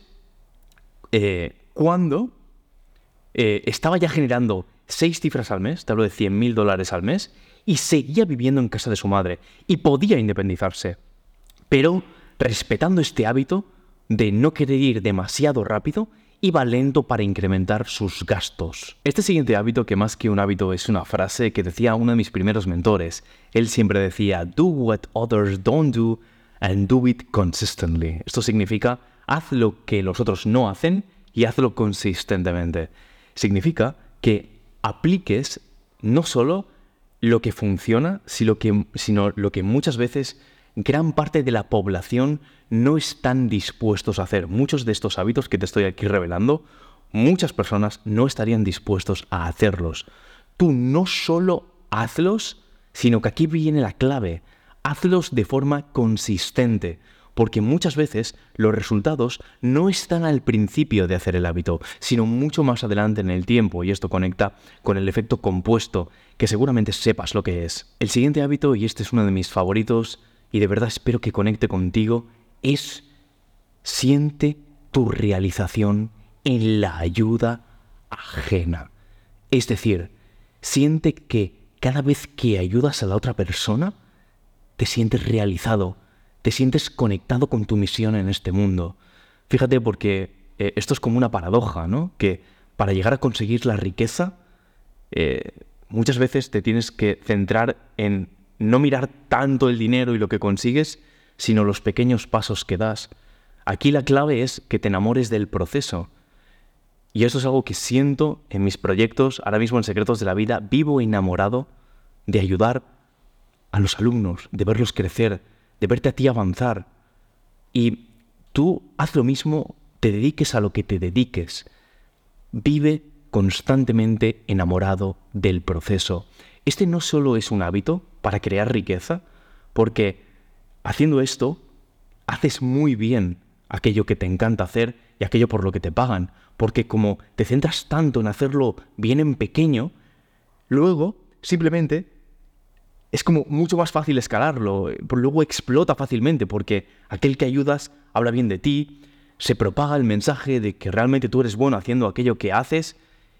eh, cuando eh, estaba ya generando seis cifras al mes, te hablo de cien mil dólares al mes, y seguía viviendo en casa de su madre y podía independizarse, pero respetando este hábito de no querer ir demasiado rápido, iba lento para incrementar sus gastos. Este siguiente hábito, que más que un hábito es una frase que decía uno de mis primeros mentores. Él siempre decía, do what others don't do and do it consistently. Esto significa, haz lo que los otros no hacen y hazlo consistentemente. Significa que apliques no solo lo que funciona, sino, que, sino lo que muchas veces gran parte de la población no están dispuestos a hacer. Muchos de estos hábitos que te estoy aquí revelando, muchas personas no estarían dispuestos a hacerlos. Tú no solo hazlos, sino que aquí viene la clave. Hazlos de forma consistente, porque muchas veces los resultados no están al principio de hacer el hábito, sino mucho más adelante en el tiempo, y esto conecta con el efecto compuesto, que seguramente sepas lo que es. El siguiente hábito, y este es uno de mis favoritos, y de verdad espero que conecte contigo, es siente tu realización en la ayuda ajena. Es decir, siente que cada vez que ayudas a la otra persona, te sientes realizado, te sientes conectado con tu misión en este mundo. Fíjate, porque eh, esto es como una paradoja, ¿no? Que para llegar a conseguir la riqueza, eh, muchas veces te tienes que centrar en no mirar tanto el dinero y lo que consigues, sino los pequeños pasos que das. Aquí la clave es que te enamores del proceso. Y esto es algo que siento en mis proyectos, ahora mismo en Secretos de la Vida, vivo enamorado de ayudar a los alumnos, de verlos crecer, de verte a ti avanzar. Y tú haz lo mismo, te dediques a lo que te dediques. Vive constantemente enamorado del proceso. Este no solo es un hábito para crear riqueza, porque haciendo esto, haces muy bien aquello que te encanta hacer y aquello por lo que te pagan, porque como te centras tanto en hacerlo bien en pequeño, luego simplemente es como mucho más fácil escalarlo, luego explota fácilmente porque aquel que ayudas habla bien de ti, se propaga el mensaje de que realmente tú eres bueno haciendo aquello que haces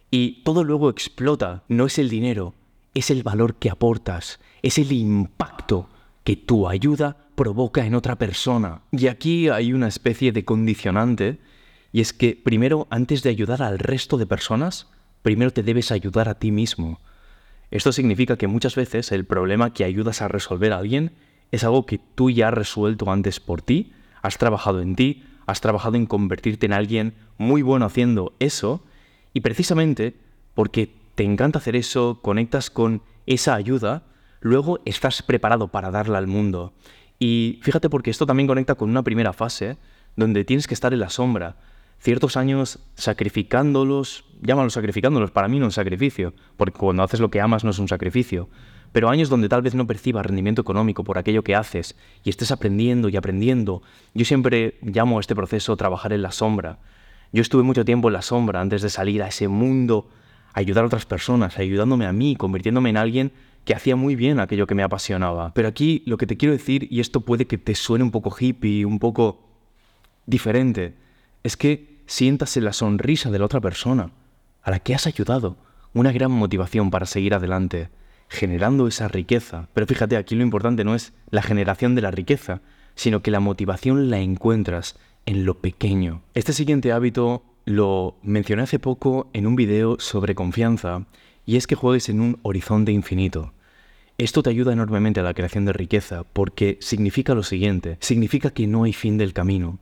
y todo luego explota. No es el dinero, es el valor que aportas, es el impacto que tu ayuda provoca en otra persona. Y aquí hay una especie de condicionante, y es que primero, antes de ayudar al resto de personas, primero te debes ayudar a ti mismo. Esto significa que muchas veces el problema que ayudas a resolver a alguien es algo que tú ya has resuelto antes por ti, has trabajado en ti, has trabajado en convertirte en alguien muy bueno haciendo eso, y precisamente porque te encanta hacer eso, conectas con esa ayuda, luego estás preparado para darla al mundo. Y fíjate, porque esto también conecta con una primera fase donde tienes que estar en la sombra. Ciertos años sacrificándolos, llámalo sacrificándolos, para mí no es sacrificio, porque cuando haces lo que amas no es un sacrificio, pero años donde tal vez no percibas rendimiento económico por aquello que haces y estés aprendiendo y aprendiendo. Yo siempre llamo a este proceso trabajar en la sombra. Yo estuve mucho tiempo en la sombra antes de salir a ese mundo, a ayudar a otras personas, ayudándome a mí, convirtiéndome en alguien que hacía muy bien aquello que me apasionaba. Pero aquí lo que te quiero decir, y esto puede que te suene un poco hippie, un poco diferente, es que sientas en la sonrisa de la otra persona a la que has ayudado una gran motivación para seguir adelante, generando esa riqueza. Pero fíjate, aquí lo importante no es la generación de la riqueza, sino que la motivación la encuentras en lo pequeño. Este siguiente hábito lo mencioné hace poco en un video sobre confianza, y es que juegues en un horizonte infinito. Esto te ayuda enormemente a la creación de riqueza, porque significa lo siguiente, significa que no hay fin del camino.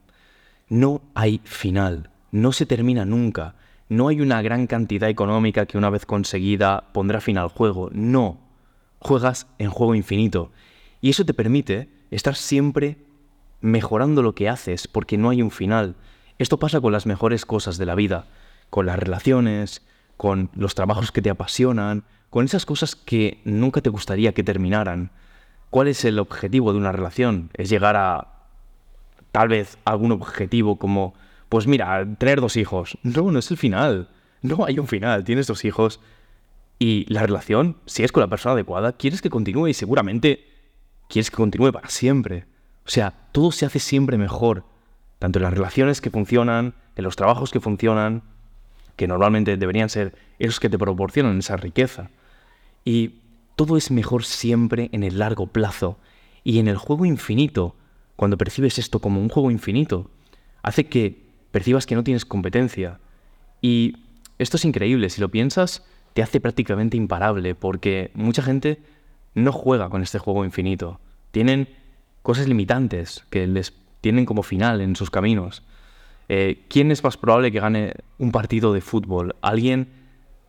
No hay final, no se termina nunca, no hay una gran cantidad económica que una vez conseguida pondrá fin al juego, no. Juegas en juego infinito y eso te permite estar siempre mejorando lo que haces porque no hay un final. Esto pasa con las mejores cosas de la vida, con las relaciones, con los trabajos que te apasionan, con esas cosas que nunca te gustaría que terminaran. ¿Cuál es el objetivo de una relación? Es llegar a tal vez algún objetivo como, pues mira, tener dos hijos. No, no es el final. No hay un final. Tienes dos hijos y la relación, si es con la persona adecuada, quieres que continúe y seguramente quieres que continúe para siempre. O sea, todo se hace siempre mejor. Tanto en las relaciones que funcionan, en los trabajos que funcionan, que normalmente deberían ser esos que te proporcionan esa riqueza. Y todo es mejor siempre en el largo plazo. Y en el juego infinito, cuando percibes esto como un juego infinito, hace que percibas que no tienes competencia. Y esto es increíble, si lo piensas, te hace prácticamente imparable, porque mucha gente no juega con este juego infinito. Tienen cosas limitantes que les tienen como final en sus caminos. Eh, ¿Quién es más probable que gane un partido de fútbol? ¿Alguien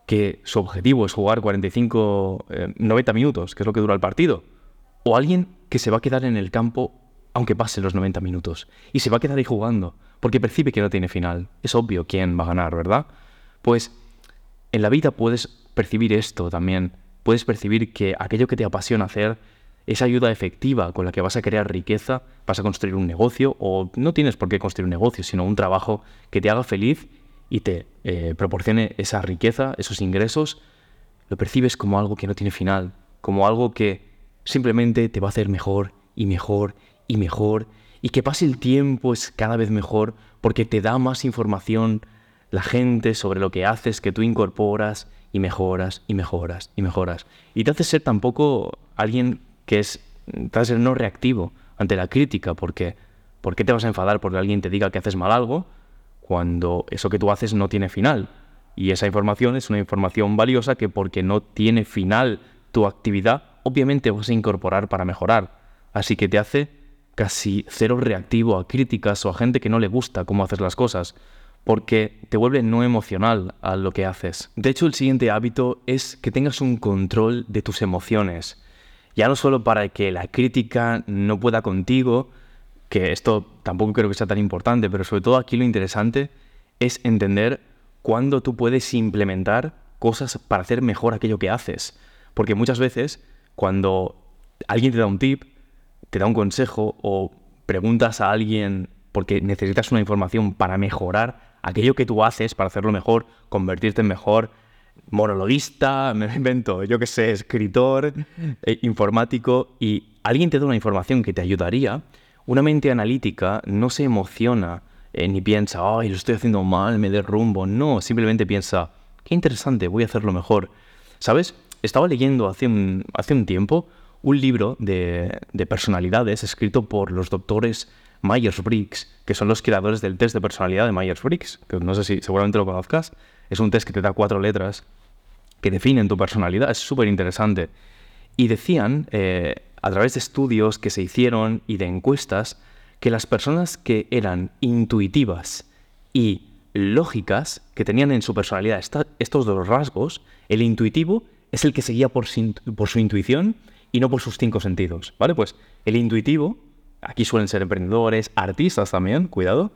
que su objetivo es jugar cuarenta y cinco, eh, noventa minutos, que es lo que dura el partido. O alguien que se va a quedar en el campo aunque pasen los noventa minutos. Y se va a quedar ahí jugando, porque percibe que no tiene final. Es obvio quién va a ganar, ¿verdad? Pues en la vida puedes percibir esto también. Puedes percibir que aquello que te apasiona hacer, esa ayuda efectiva con la que vas a crear riqueza, vas a construir un negocio, o no tienes por qué construir un negocio, sino un trabajo que te haga feliz y te eh, proporcione esa riqueza, esos ingresos, lo percibes como algo que no tiene final, como algo que simplemente te va a hacer mejor y mejor y mejor, y que pase el tiempo es cada vez mejor porque te da más información la gente sobre lo que haces, que tú incorporas y mejoras y mejoras y mejoras. Y te hace ser tampoco alguien que es, te hace ser no reactivo ante la crítica, porque ¿por qué te vas a enfadar porque alguien te diga que haces mal algo cuando eso que tú haces no tiene final? Y esa información es una información valiosa que porque no tiene final tu actividad, obviamente vas a incorporar para mejorar. Así que te hace casi cero reactivo a críticas o a gente que no le gusta cómo haces las cosas, porque te vuelve no emocional a lo que haces. De hecho, el siguiente hábito es que tengas un control de tus emociones. Ya no solo para que la crítica no pueda contigo, que esto tampoco creo que sea tan importante, pero sobre todo aquí lo interesante es entender cuándo tú puedes implementar cosas para hacer mejor aquello que haces. Porque muchas veces, cuando alguien te da un tip, te da un consejo o preguntas a alguien porque necesitas una información para mejorar aquello que tú haces, para hacerlo mejor, convertirte en mejor monologuista, me invento, yo qué sé, escritor, eh, informático, y alguien te da una información que te ayudaría, una mente analítica no se emociona eh, ni piensa, ay, lo estoy haciendo mal, me derrumbo. No, simplemente piensa, qué interesante, voy a hacerlo mejor. ¿Sabes? Estaba leyendo hace un, hace un tiempo un libro de, de personalidades escrito por los doctores Myers-Briggs, que son los creadores del test de personalidad de Myers-Briggs, que no sé si seguramente lo conozcas. Es un test que te da cuatro letras que definen tu personalidad. Es súper interesante. Y decían, eh, a través de estudios que se hicieron y de encuestas, que las personas que eran intuitivas y lógicas, que tenían en su personalidad esta, estos dos rasgos, el intuitivo es el que seguía por su, por su intuición y no por sus cinco sentidos, ¿vale? Pues el intuitivo, aquí suelen ser emprendedores, artistas también, cuidado,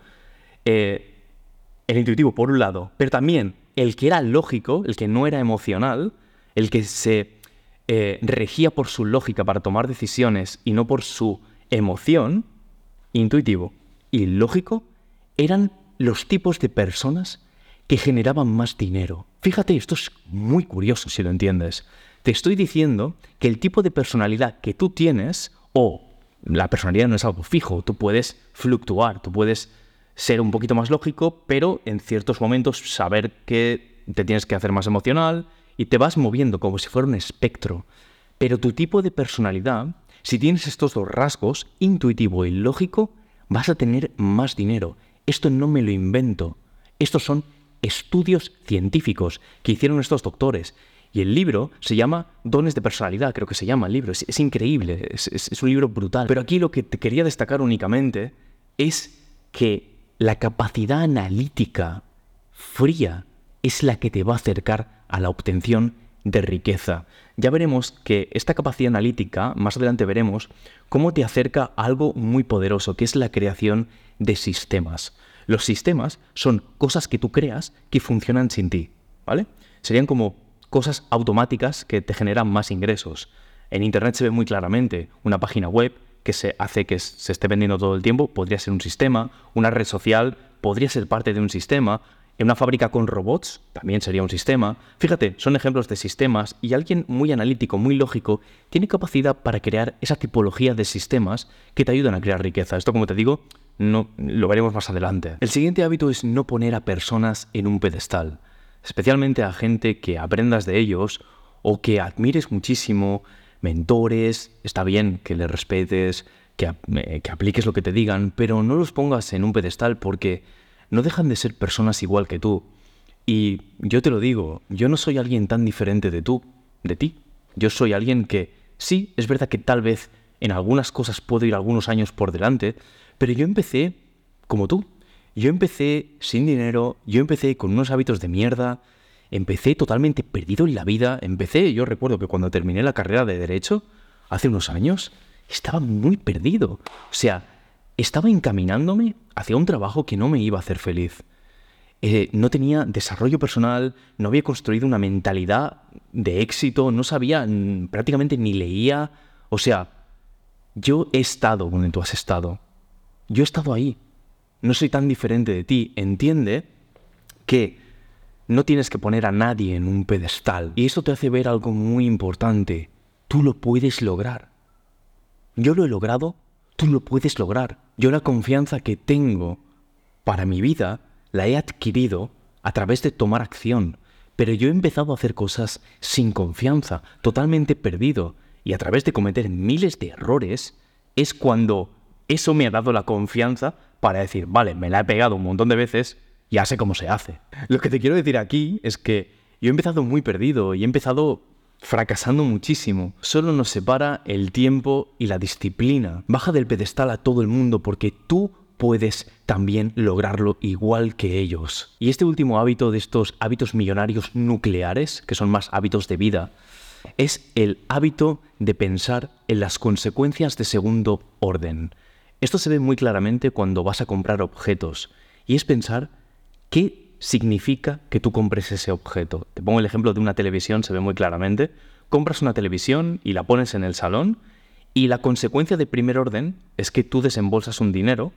eh, el intuitivo por un lado, pero también el que era lógico, el que no era emocional, el que se eh, regía por su lógica para tomar decisiones y no por su emoción, intuitivo y lógico, eran los tipos de personas que generaban más dinero. Fíjate, esto es muy curioso si lo entiendes. Te estoy diciendo que el tipo de personalidad que tú tienes, o la personalidad no es algo fijo, tú puedes fluctuar, tú puedes ser un poquito más lógico, pero en ciertos momentos saber que te tienes que hacer más emocional y te vas moviendo como si fuera un espectro. Pero tu tipo de personalidad, si tienes estos dos rasgos, intuitivo y lógico, vas a tener más dinero. Esto no me lo invento. Estos son estudios científicos que hicieron estos doctores. Y el libro se llama Dones de Personalidad, creo que se llama el libro. Es, es increíble, es, es, es un libro brutal. Pero aquí lo que te quería destacar únicamente es que la capacidad analítica fría es la que te va a acercar a la obtención de riqueza. Ya veremos que esta capacidad analítica, más adelante veremos, cómo te acerca a algo muy poderoso, que es la creación de sistemas. Los sistemas son cosas que tú creas que funcionan sin ti, ¿vale? Serían como cosas automáticas que te generan más ingresos. En Internet se ve muy claramente una página web que se hace que se esté vendiendo todo el tiempo, podría ser un sistema, una red social podría ser parte de un sistema, en una fábrica con robots también sería un sistema. Fíjate, son ejemplos de sistemas y alguien muy analítico, muy lógico, tiene capacidad para crear esa tipología de sistemas que te ayudan a crear riqueza. Esto, como te digo, no, lo veremos más adelante. El siguiente hábito es no poner a personas en un pedestal, especialmente a gente que aprendas de ellos o que admires muchísimo, mentores. Está bien que les respetes, que, eh, que apliques lo que te digan, pero no los pongas en un pedestal porque no dejan de ser personas igual que tú. Y yo te lo digo, yo no soy alguien tan diferente de tú, de ti. Yo soy alguien que, sí, es verdad que tal vez en algunas cosas puedo ir algunos años por delante, pero yo empecé como tú. Yo empecé sin dinero, yo empecé con unos hábitos de mierda, empecé totalmente perdido en la vida. Empecé, yo recuerdo que cuando terminé la carrera de Derecho, hace unos años, estaba muy perdido. O sea, estaba encaminándome hacia un trabajo que no me iba a hacer feliz. Eh, no tenía desarrollo personal, no había construido una mentalidad de éxito, no sabía, n- prácticamente ni leía. O sea, yo he estado donde tú has estado. Yo he estado ahí. No soy tan diferente de ti. Entiende que no tienes que poner a nadie en un pedestal. Y eso te hace ver algo muy importante. Tú lo puedes lograr. Yo lo he logrado, tú lo puedes lograr. Yo la confianza que tengo para mi vida la he adquirido a través de tomar acción. Pero yo he empezado a hacer cosas sin confianza, totalmente perdido. Y a través de cometer miles de errores es cuando eso me ha dado la confianza para decir, vale, me la he pegado un montón de veces, ya sé cómo se hace. Lo que te quiero decir aquí es que yo he empezado muy perdido y he empezado fracasando muchísimo. Solo nos separa el tiempo y la disciplina. Baja del pedestal a todo el mundo porque tú puedes también lograrlo igual que ellos. Y este último hábito de estos hábitos millonarios nucleares, que son más hábitos de vida, es el hábito de pensar en las consecuencias de segundo orden. Esto se ve muy claramente cuando vas a comprar objetos, y es pensar qué significa que tú compres ese objeto. Te pongo el ejemplo de una televisión, se ve muy claramente. Compras una televisión y la pones en el salón, y la consecuencia de primer orden es que tú desembolsas un dinero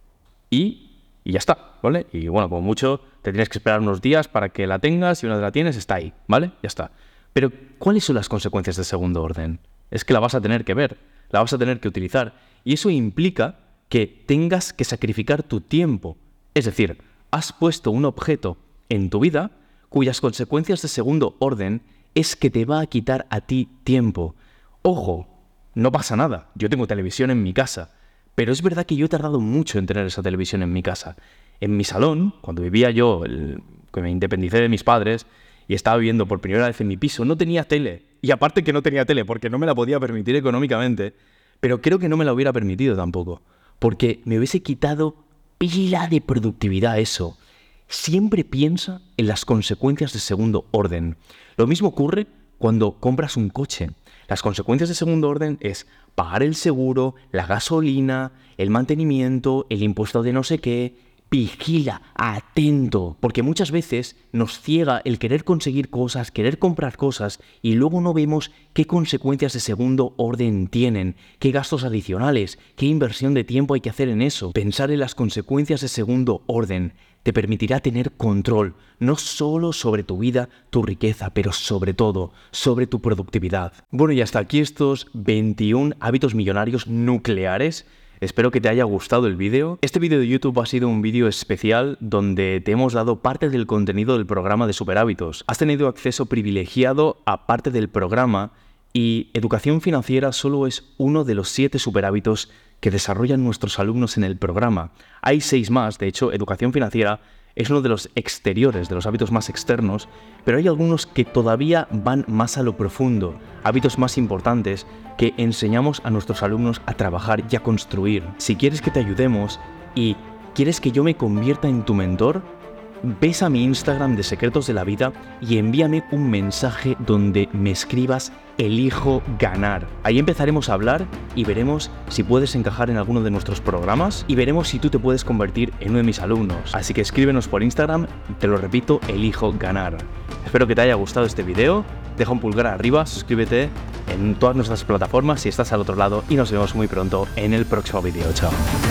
y, y ya está, ¿vale? Y bueno, como mucho te tienes que esperar unos días para que la tengas, y una vez la tienes está ahí, ¿vale? Ya está. Pero, ¿cuáles son las consecuencias de segundo orden? Es que la vas a tener que ver, la vas a tener que utilizar. Y eso implica que tengas que sacrificar tu tiempo. Es decir, has puesto un objeto en tu vida cuyas consecuencias de segundo orden es que te va a quitar a ti tiempo. Ojo, no pasa nada. Yo tengo televisión en mi casa. Pero es verdad que yo he tardado mucho en tener esa televisión en mi casa. En mi salón, cuando vivía yo, el, que me independicé de mis padres, y estaba viviendo por primera vez en mi piso, no tenía tele. Y aparte que no tenía tele porque no me la podía permitir económicamente, pero creo que no me la hubiera permitido tampoco, porque me hubiese quitado pila de productividad eso. Siempre piensa en las consecuencias de segundo orden. Lo mismo ocurre cuando compras un coche. Las consecuencias de segundo orden es pagar el seguro, la gasolina, el mantenimiento, el impuesto de no sé qué. Vigila, atento, porque muchas veces nos ciega el querer conseguir cosas, querer comprar cosas, y luego no vemos qué consecuencias de segundo orden tienen, qué gastos adicionales, qué inversión de tiempo hay que hacer en eso. Pensar en las consecuencias de segundo orden te permitirá tener control, no solo sobre tu vida, tu riqueza, pero sobre todo, sobre tu productividad. Bueno, y hasta aquí estos veintiún hábitos millonarios nucleares. Espero que te haya gustado el vídeo. Este vídeo de YouTube ha sido un vídeo especial donde te hemos dado parte del contenido del programa de Superhábitos. Has tenido acceso privilegiado a parte del programa, y educación financiera solo es uno de los siete superhábitos que desarrollan nuestros alumnos en el programa. Hay seis más, de hecho, educación financiera es uno de los exteriores, de los hábitos más externos, pero hay algunos que todavía van más a lo profundo, hábitos más importantes que enseñamos a nuestros alumnos a trabajar y a construir. Si quieres que te ayudemos y quieres que yo me convierta en tu mentor, ves a mi Instagram de Secretos de la Vida y envíame un mensaje donde me escribas elijo ganar. Ahí empezaremos a hablar y veremos si puedes encajar en alguno de nuestros programas, y veremos si tú te puedes convertir en uno de mis alumnos. Así que escríbenos por Instagram, te lo repito, elijo ganar. Espero que te haya gustado este video, deja un pulgar arriba, suscríbete en todas nuestras plataformas si estás al otro lado, y nos vemos muy pronto en el próximo video. Chao.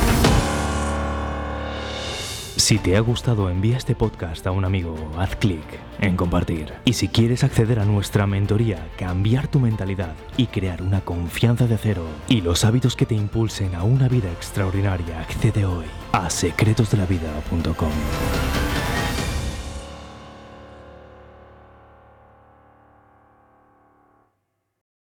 Si te ha gustado, envía este podcast a un amigo, haz clic en compartir. Y si quieres acceder a nuestra mentoría, cambiar tu mentalidad y crear una confianza de acero y los hábitos que te impulsen a una vida extraordinaria, accede hoy a secretos de la vida punto com.